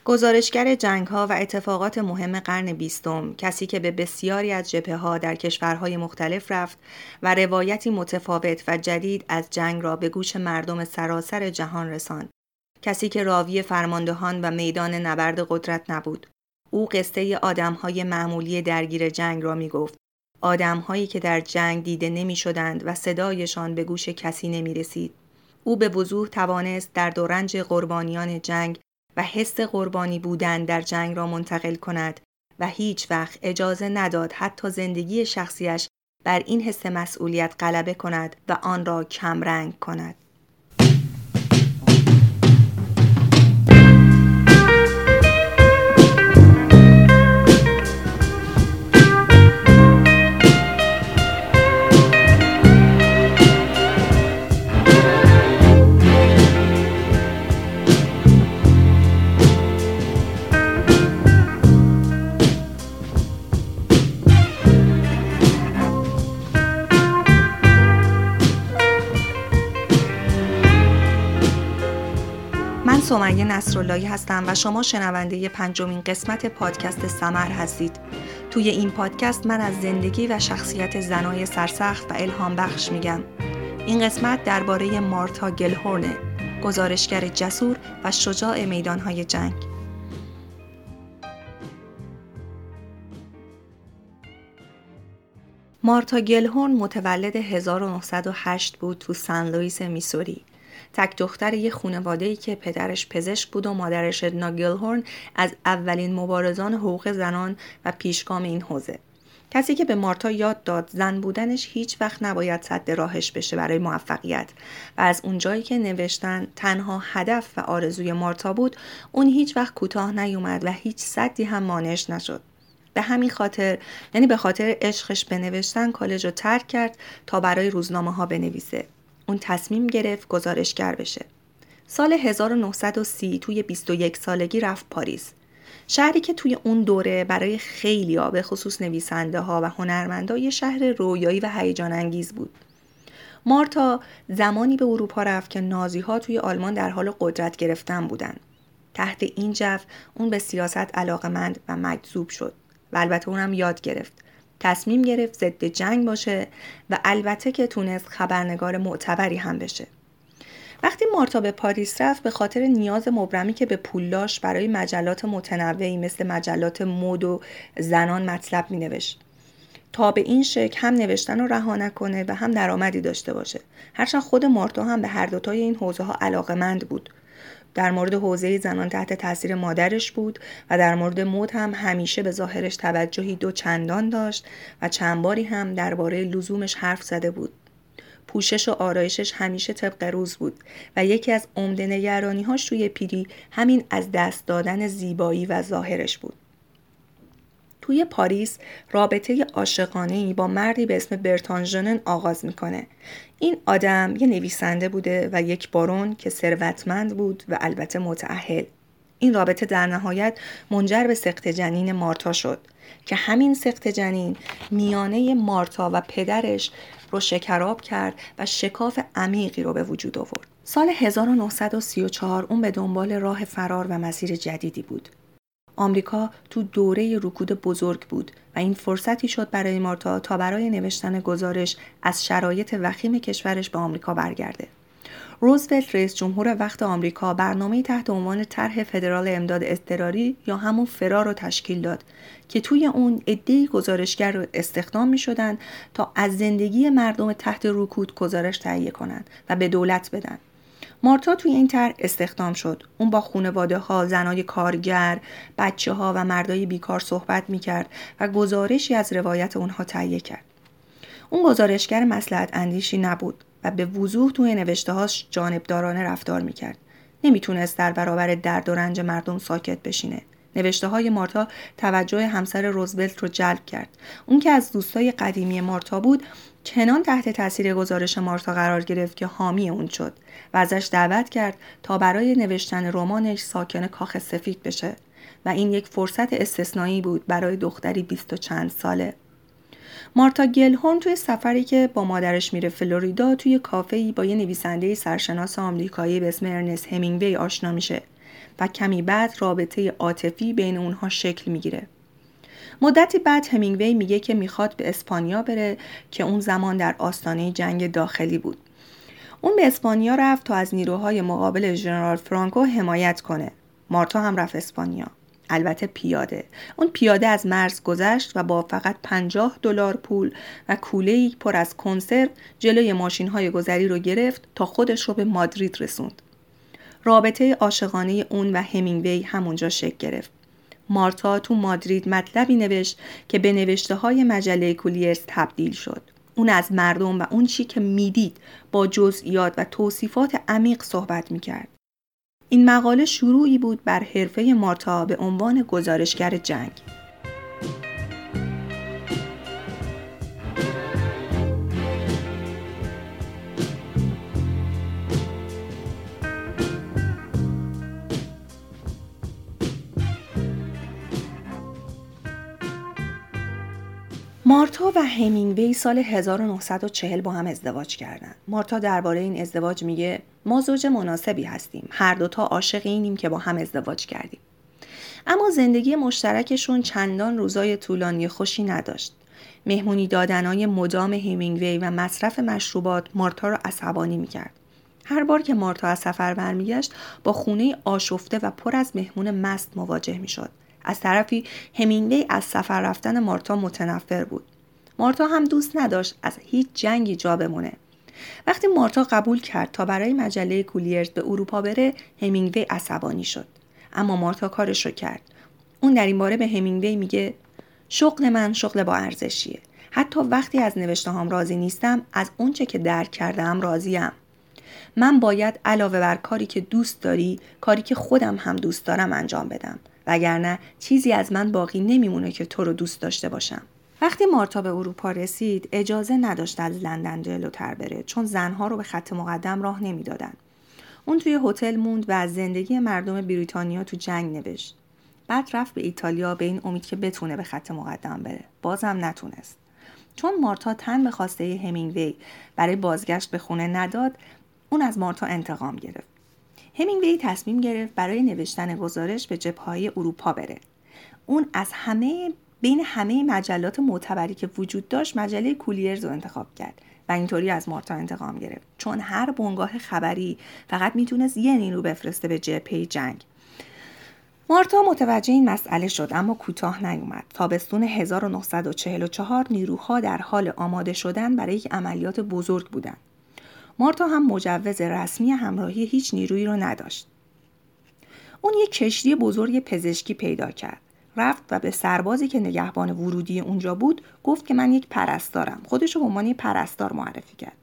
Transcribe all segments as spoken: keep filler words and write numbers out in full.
گزارشگر جنگ‌ها و اتفاقات مهم قرن بیستم، کسی که به بسیاری از جبهه‌ها در کشورهای مختلف رفت و روایتی متفاوت و جدید از جنگ را به گوش مردم سراسر جهان رساند. کسی که راوی فرماندهان و میدان نبرد قدرت نبود. او قصه آدم‌های معمولی درگیر جنگ را می‌گفت. آدم‌هایی که در جنگ دیده نمی‌شدند و صدایشان به گوش کسی نمی‌رسید. او به وضوح توانست درد و رنج قربانیان جنگ و حس قربانی بودن در جنگ را منتقل کند و هیچ وقت اجازه نداد حتی زندگی شخصیش بر این حس مسئولیت غلبه کند و آن را کمرنگ کند. من سمیه نصراللهی هستم و شما شنونده پنجمین قسمت پادکست ثمر هستید. توی این پادکست من از زندگی و شخصیت زنای سرسخت و الهام بخش میگم. این قسمت درباره مارتا گلهورن، گزارشگر جسور و شجاع میدانهای جنگ. مارتا گلهورن متولد هزار و نهصد و هشت بود تو سن لوئیس میسوری. تک دختر یه خانواده‌ای که پدرش پزشک بود و مادرش ادنا گلهورن از اولین مبارزان حقوق زنان و پیشگام این حوزه. کسی که به مارتا یاد داد زن بودنش هیچ وقت نباید سد راهش بشه برای موفقیت و از اونجایی که نوشتن تنها هدف و آرزوی مارتا بود، اون هیچ وقت کوتاه نیومد و هیچ سدی هم مانعش نشد. به همین خاطر، یعنی به خاطر عشقش به نوشتن، کالج رو ترک کرد تا برای روزنامه ها بنویسه. اون تصمیم گرفت گزارشگر بشه. سال هزار و نهصد و سی توی بیست و یک سالگی رفت پاریس. شهری که توی اون دوره برای خیلی‌ها به خصوص نویسنده ها و هنرمندا یه شهر رویایی و هیجان انگیز بود. مارتا زمانی به اروپا رفت که نازی‌ها توی آلمان در حال قدرت گرفتن بودن. تحت این جو اون به سیاست علاقه‌مند و مجذوب شد و البته اونم یاد گرفت. تصمیم گرفت ضد جنگ باشه و البته که تونست خبرنگار معتبری هم بشه. وقتی مارتا به پاریس رفت به خاطر نیاز مبرمی که به پول داشت برای مجلات متنوعی مثل مجلات مد و زنان مطلب می نوشت تا به این شکل هم نوشتن رو رها نکنه و هم درآمدی داشته باشه. هرچند خود مارتا هم به هر دوتای این حوزه ها علاقه‌مند بود. در مورد حوزه زنان تحت تاثیر مادرش بود و در مورد مد هم همیشه به ظاهرش توجهی دو چندان داشت و چند باری هم درباره لزومش حرف زده بود. پوشش و آرایشش همیشه طبق روز بود و یکی از عمده نگرانی‌هاش توی پیری همین از دست دادن زیبایی و ظاهرش بود. توی پاریس رابطه عاشقانه‌ای با مردی به اسم برتان ژنن آغاز میکنه. این آدم یه نویسنده بوده و یک بارون که ثروتمند بود و البته متأهل. این رابطه در نهایت منجر به سقط جنین مارتا شد که همین سقط جنین میانه مارتا و پدرش رو شکراب کرد و شکاف عمیقی رو به وجود آورد. سال هزار و نهصد و سی و چهار اون به دنبال راه فرار و مسیر جدیدی بود. آمریکا تو دوره رکود بزرگ بود و این فرصتی شد برای مارتا تا برای نوشتن گزارش از شرایط وخیم کشورش به آمریکا برگرده. روزولت رئیس جمهور وقت آمریکا برنامه‌ای تحت عنوان طرح فدرال امداد اضطراری یا همون فرار رو تشکیل داد که توی اون عده‌ای گزارشگر رو استخدام می‌شدن تا از زندگی مردم تحت رکود گزارش تهیه کنند و به دولت بدن. مارتا توی این طرح استخدام شد. اون با خانواده‌ها، زنای کارگر، بچه‌ها و مردای بیکار صحبت می‌کرد و گزارشی از روایت اونها تهیه کرد. اون گزارشگر مصلحت اندیشی نبود و به وضوح توی نوشته‌هاش جانبدارانه رفتار می‌کرد. نمی‌تونست در برابر درد و رنج مردم ساکت بشینه. نوشته‌های مارتا توجه همسر روزولت رو جلب کرد. اون که از دوستای قدیمی مارتا بود، چنان تحت تاثیر گزارش مارتا قرار گرفت که حامی اون شد و ازش دعوت کرد تا برای نوشتن رمانش ساکن کاخ سفید بشه و این یک فرصت استثنایی بود برای دختری بیست و چند ساله. مارتا گلهورن توی سفری که با مادرش میره فلوریدا توی کافه‌ای با یه نویسنده سرشناس آمریکایی به اسم ارنست همینگوی آشنا میشه. و کمی بعد رابطه عاطفی بین اونها شکل میگیره. مدتی بعد همینگوی میگه که میخواد به اسپانیا بره که اون زمان در آستانه جنگ داخلی بود. اون به اسپانیا رفت تا از نیروهای مقابل ژنرال فرانکو حمایت کنه. مارتا هم رفت اسپانیا. البته پیاده. اون پیاده از مرز گذشت و با فقط پنجاه دلار پول و کوله‌ای پر از کنسرو جلوی ماشین‌های گذری رو گرفت تا خودش رو به مادرید رسوند. رابطه عاشقانه اون و همینگوی همونجا شکل گرفت. مارتا تو مادرید مطلبی نوشت که به نوشته‌های مجله کولیرز تبدیل شد. اون از مردم و اون چی که میدید با جزئیات و توصیفات عمیق صحبت میکرد. این مقاله شروعی بود بر حرفه مارتا به عنوان گزارشگر جنگ. مارتا و همینگوی سال هزار و نهصد و چهل با هم ازدواج کردند. مارتا درباره این ازدواج میگه ما زوج مناسبی هستیم. هر دوتا عاشق اینیم که با هم ازدواج کردیم. اما زندگی مشترکشون چندان روزای طولانی خوشی نداشت. مهمونی دادنهای مدام همینگوی و مصرف مشروبات مارتا رو عصبانی میکرد. هر بار که مارتا از سفر برمیگشت با خونه آشفته و پر از مهمون مست مواجه میشد. از طرفی همینگوی از سفر رفتن مارتا متنفر بود. مارتا هم دوست نداشت از هیچ جنگی جا بمونه. وقتی مارتا قبول کرد تا برای مجله کولیرز به اروپا بره، همینگوی عصبانی شد. اما مارتا کارش رو کرد. اون در این باره به همینگوی میگه شغل من شغل با ارزشیه. حتی وقتی از نوشته‌هام راضی نیستم، از اونچه که درک کردم راضیم. من باید علاوه بر کاری که دوست داری، کاری که خودم هم دوست دارم انجام بدم. وگرنه چیزی از من باقی نمیمونه که تو رو دوست داشته باشم. وقتی مارتا به اروپا رسید اجازه نداشت از لندن جلوتر بره چون زنها رو به خط مقدم راه نمیدادن. اون توی هتل موند و از زندگی مردم بریتانیا تو جنگ نوشت. بعد رفت به ایتالیا به این امید که بتونه به خط مقدم بره. بازم نتونست. چون مارتا تن به خواسته همینگوی برای بازگشت به خونه نداد، اون از مارتا انتقام گرفت. همینگوی تصمیم گرفت برای نوشتن گزارش به جبهه‌های اروپا بره. اون از همه بین همه مجلات معتبری که وجود داشت مجله کولیرز رو انتخاب کرد و اینطوری از مارتا انتقام گرفت چون هر بنگاه خبری فقط میتونست یه نیرو بفرسته به جبهه جنگ. مارتا متوجه این مسئله شد اما کوتاه نیومد. تابستون هزار و نهصد و چهل و چهار نیروها در حال آماده شدن برای یک عملیات بزرگ بودند. مارتا هم مجوز رسمی همراهی هیچ نیرویی رو نداشت. اون یک کشتی بزرگ پزشکی پیدا کرد. رفت و به سربازی که نگهبان ورودی اونجا بود گفت که من یک پرستارم. خودش رو به عنوان پرستار معرفی کرد.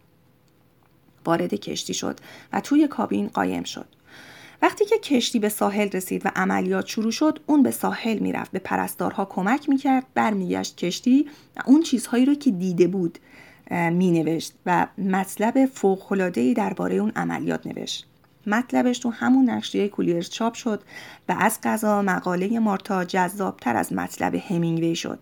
وارد کشتی شد و توی کابین قایم شد. وقتی که کشتی به ساحل رسید و عملیات شروع شد، اون به ساحل میرفت، به پرستارها کمک میکرد، برمیگشت کشتی و اون چیزهایی رو که دیده بود مینوشت و مطلب فوق‌العاده‌ای درباره اون عملیات نوشت. مطلبش تو همون نشریه کولیرز چاپ شد و از قضا مقاله مارتا جذابتر از مطلب همینگوی شد.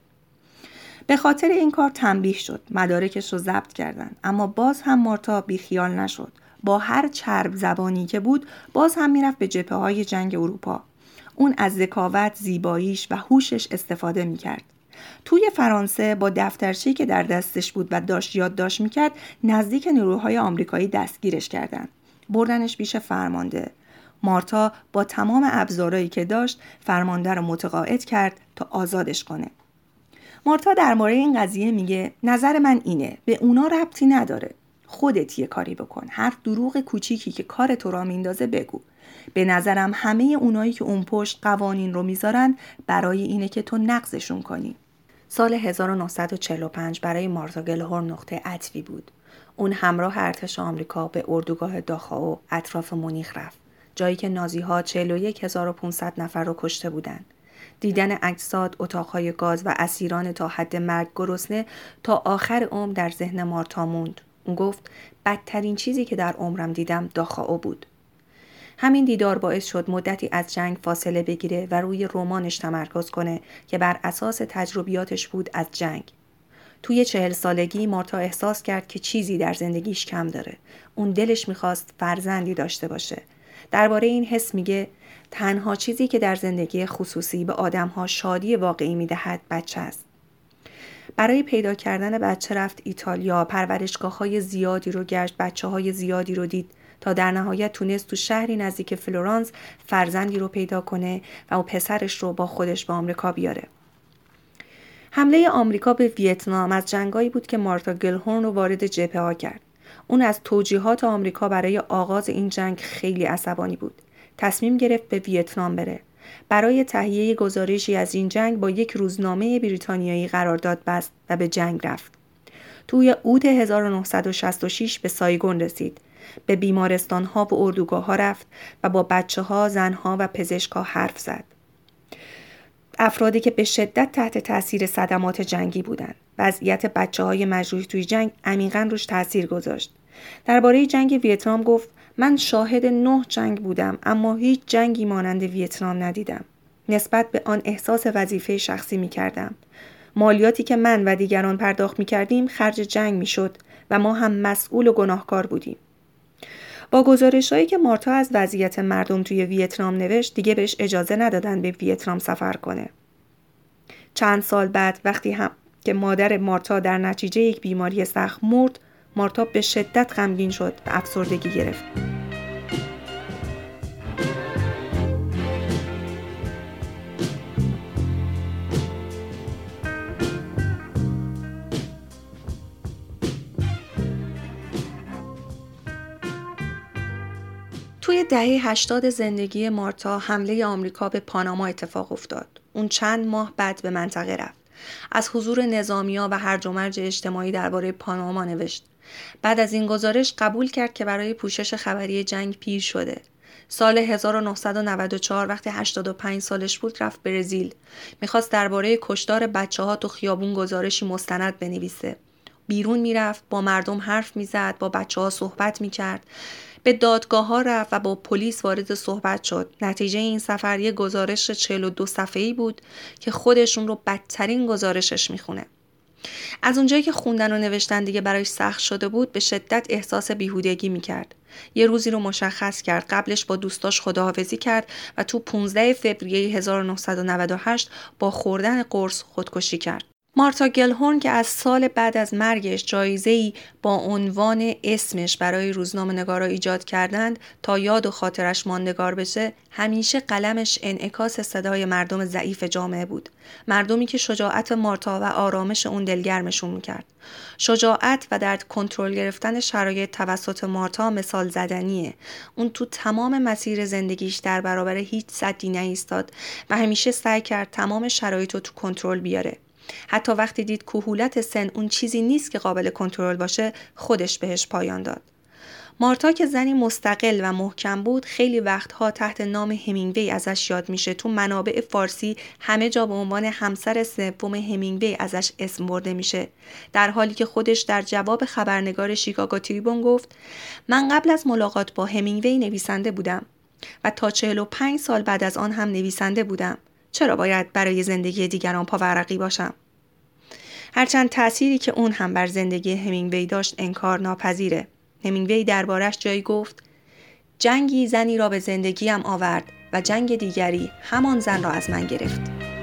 به خاطر این کار تنبیه شد. مدارکش رو ضبط کردن. اما باز هم مارتا بیخیال نشد. با هر چرب زبانی که بود باز هم میرفت به جبهه‌های جنگ اروپا. اون از ذکاوت، زیباییش و هوشش استفاده میکرد. توی فرانسه با دفترچه‌ای که در دستش بود و داشت یادداشت میکرد نزدیک نیروهای آمریکایی دستگیرش کردند. بردنش پیش فرمانده. مارتا با تمام ابزارهایی که داشت فرمانده رو متقاعد کرد تا آزادش کنه. مارتا درباره این قضیه میگه نظر من اینه، به اونا ربطی نداره. خودت یه کاری بکن. هر دروغ کوچیکی که کار تو را میندازه بگو. به نظرم همه اونایی که اون پشت قوانین رو میذارن برای اینه که تو نقضشون کنی. سال هزار و نهصد و چهل و پنج برای مارتا گلهورن نقطه عطفی بود. اون همراه ارتش آمریکا به اردوگاه داخائو اطراف مونیخ رفت. جایی که نازی‌ها چهل و یک هزار و پانصد نفر رو کشته بودند. دیدن اجساد، اتاقهای گاز و اسیران تا حد مرگ گرسنه تا آخر عمر در ذهن مارتا موند. اون گفت بدترین چیزی که در عمرم دیدم داخائو بود. همین دیدار باعث شد مدتی از جنگ فاصله بگیره و روی رمانش تمرکز کنه که بر اساس تجربیاتش بود از جنگ. توی چهل سالگی مارتا احساس کرد که چیزی در زندگیش کم داره. اون دلش میخواست فرزندی داشته باشه. درباره این حس میگه تنها چیزی که در زندگی خصوصی به آدم‌ها شادی واقعی می‌دهد بچه است. برای پیدا کردن بچه رفت ایتالیا، پرورشگاه‌های زیادی رو گشت، بچه‌های زیادی رو دید تا در نهایت تونست تو شهری نزدیک فلورانس فرزندی رو پیدا کنه و اون پسرش رو با خودش به آمریکا بیاره. حمله آمریکا به ویتنام از جنگایی بود که مارتا گلهورن رو وارد جبهه ها کرد. اون از توجیهات آمریکا برای آغاز این جنگ خیلی عصبانی بود. تصمیم گرفت به ویتنام بره. برای تهیه گزارشی از این جنگ با یک روزنامه بریتانیایی قرارداد بست و به جنگ رفت. توی اوت هزار و نهصد و شصت و شش به سایگون رسید. به بیمارستان‌ها و اردوگاه‌ها رفت و با بچه‌ها، زن‌ها و پزشک‌ها حرف زد. افرادی که به شدت تحت تاثیر صدمات جنگی بودند. وضعیت بچه‌های مجروح توی جنگ عمیقاً روش تاثیر گذاشت. درباره جنگ ویتنام گفت: من شاهد نه جنگ بودم اما هیچ جنگی مانند ویتنام ندیدم. نسبت به آن احساس وظیفه شخصی می کردم. مالیاتی که من و دیگران پرداخت می کردیم خرج جنگ می شد و ما هم مسئول و گناهکار بودیم. با گزارش‌هایی که مارتا از وضعیت مردم توی ویتنام نوشت دیگه بهش اجازه ندادن به ویتنام سفر کنه. چند سال بعد وقتی هم که مادر مارتا در نتیجه یک بیماری سخت مرد، مارتا به شدت غمگین شد و افسردگی گرفت. توی دهه هشتاد زندگی مارتا حمله آمریکا به پاناما اتفاق افتاد. اون چند ماه بعد به منطقه رفت. از حضور نظامی‌ها و هرج و مرج اجتماعی درباره پاناما نوشت. بعد از این گزارش قبول کرد که برای پوشش خبری جنگ پیر شده. سال هزار و نهصد و نود و چهار وقتی هشتاد و پنج سالش بود رفت برزیل. میخواست درباره کشتار بچه‌ها تو خیابون گزارشی مستند بنویسه. بیرون میرفت، با مردم حرف میزد، با بچه‌ها صحبت میکرد. به دادگاه‌ها رفت و با پلیس وارد صحبت شد. نتیجه این سفر یک گزارش چهل و دو صفحه‌ای بود که خودشون رو بدترین گزارشش میخونه. از اونجایی که خوندن و نوشتن دیگه برایش سخت شده بود به شدت احساس بیهودگی میکرد. یه روزی رو مشخص کرد. قبلش با دوستاش خداحافظی کرد و تو پانزده فوریه هزار و نهصد و نود و هشت با خوردن قرص خودکشی کرد. مارتا گلهورن که از سال بعد از مرگش جایزه‌ای با عنوان اسمش برای روزنامه‌نگارا ایجاد کردند تا یاد و خاطرش ماندگار بشه، همیشه قلمش انعکاس صدای مردم ضعیف جامعه بود. مردمی که شجاعت مارتا و آرامش اون دلگرمشون میکرد. شجاعت و در کنترل گرفتن شرایط توسط مارتا مثال زدنیه. اون تو تمام مسیر زندگیش در برابر هیچ سدی نایستاد و همیشه سعی کرد تمام شرایط رو تو کنترل بیاره. حتی وقتی دید کهولت سن اون چیزی نیست که قابل کنترل باشه، خودش بهش پایان داد. مارتا که زنی مستقل و محکم بود، خیلی وقتها تحت نام همینگوی ازش یاد میشه. تو منابع فارسی همه جا به عنوان همسر سوم همینگوی ازش اسم برده میشه، در حالی که خودش در جواب خبرنگار شیکاگو تریبون گفت: من قبل از ملاقات با همینگوی نویسنده بودم و تا چهل و پنج سال بعد از آن هم نویسنده بودم. چرا باید برای زندگی دیگران پاورقی باشم؟ هرچند تأثیری که اون هم بر زندگی همینگوی داشت انکار ناپذیره. همینگوی دربارش جایی گفت: جنگی زنی را به زندگیم آورد و جنگ دیگری همان زن را از من گرفت.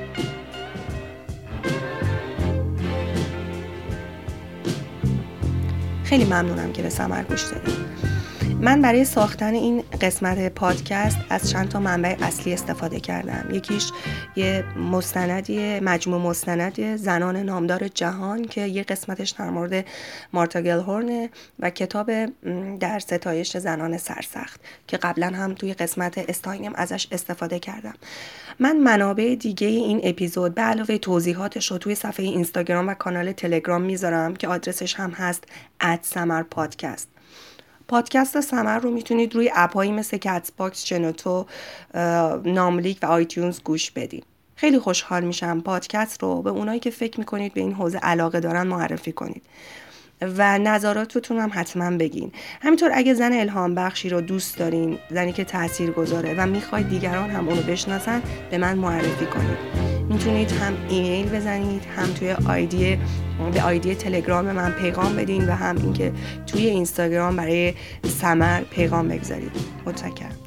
خیلی ممنونم که به ثمر گوش دادید. من برای ساختن این قسمت پادکست از چند تا منبع اصلی استفاده کردم. یکیش یه مستندی مجموع مستند زنان نامدار جهان که یه قسمتش در مورد مارتا گلهورن و کتاب در ستایش زنان سرسخت که قبلا هم توی قسمت استاینم ازش استفاده کردم. من منابع دیگه این اپیزود به علاوه توضیحاتش رو توی صفحه اینستاگرام و کانال تلگرام میذارم که آدرسش هم هست ات سمر پادکست. پادکست سمر رو میتونید روی اپ‌هایی مثل کاتس باکس، شنوتو، ناملیک و آیتیونز گوش بدید. خیلی خوشحال میشم پادکست رو به اونایی که فکر میکنید به این حوزه علاقه دارن معرفی کنید و نظراتتون هم حتما بگین. همینطور اگه زن الهام بخشی رو دوست دارین، زنی که تأثیر گذاره و میخواید دیگران هم اونو بشناسن، به من معرفی کنید. میتونید هم ایمیل بزنید، هم توی آیدی به آیدی تلگرام من پیغام بدین و هم اینکه توی اینستاگرام برای سمر پیغام بگذارید. متشکرم.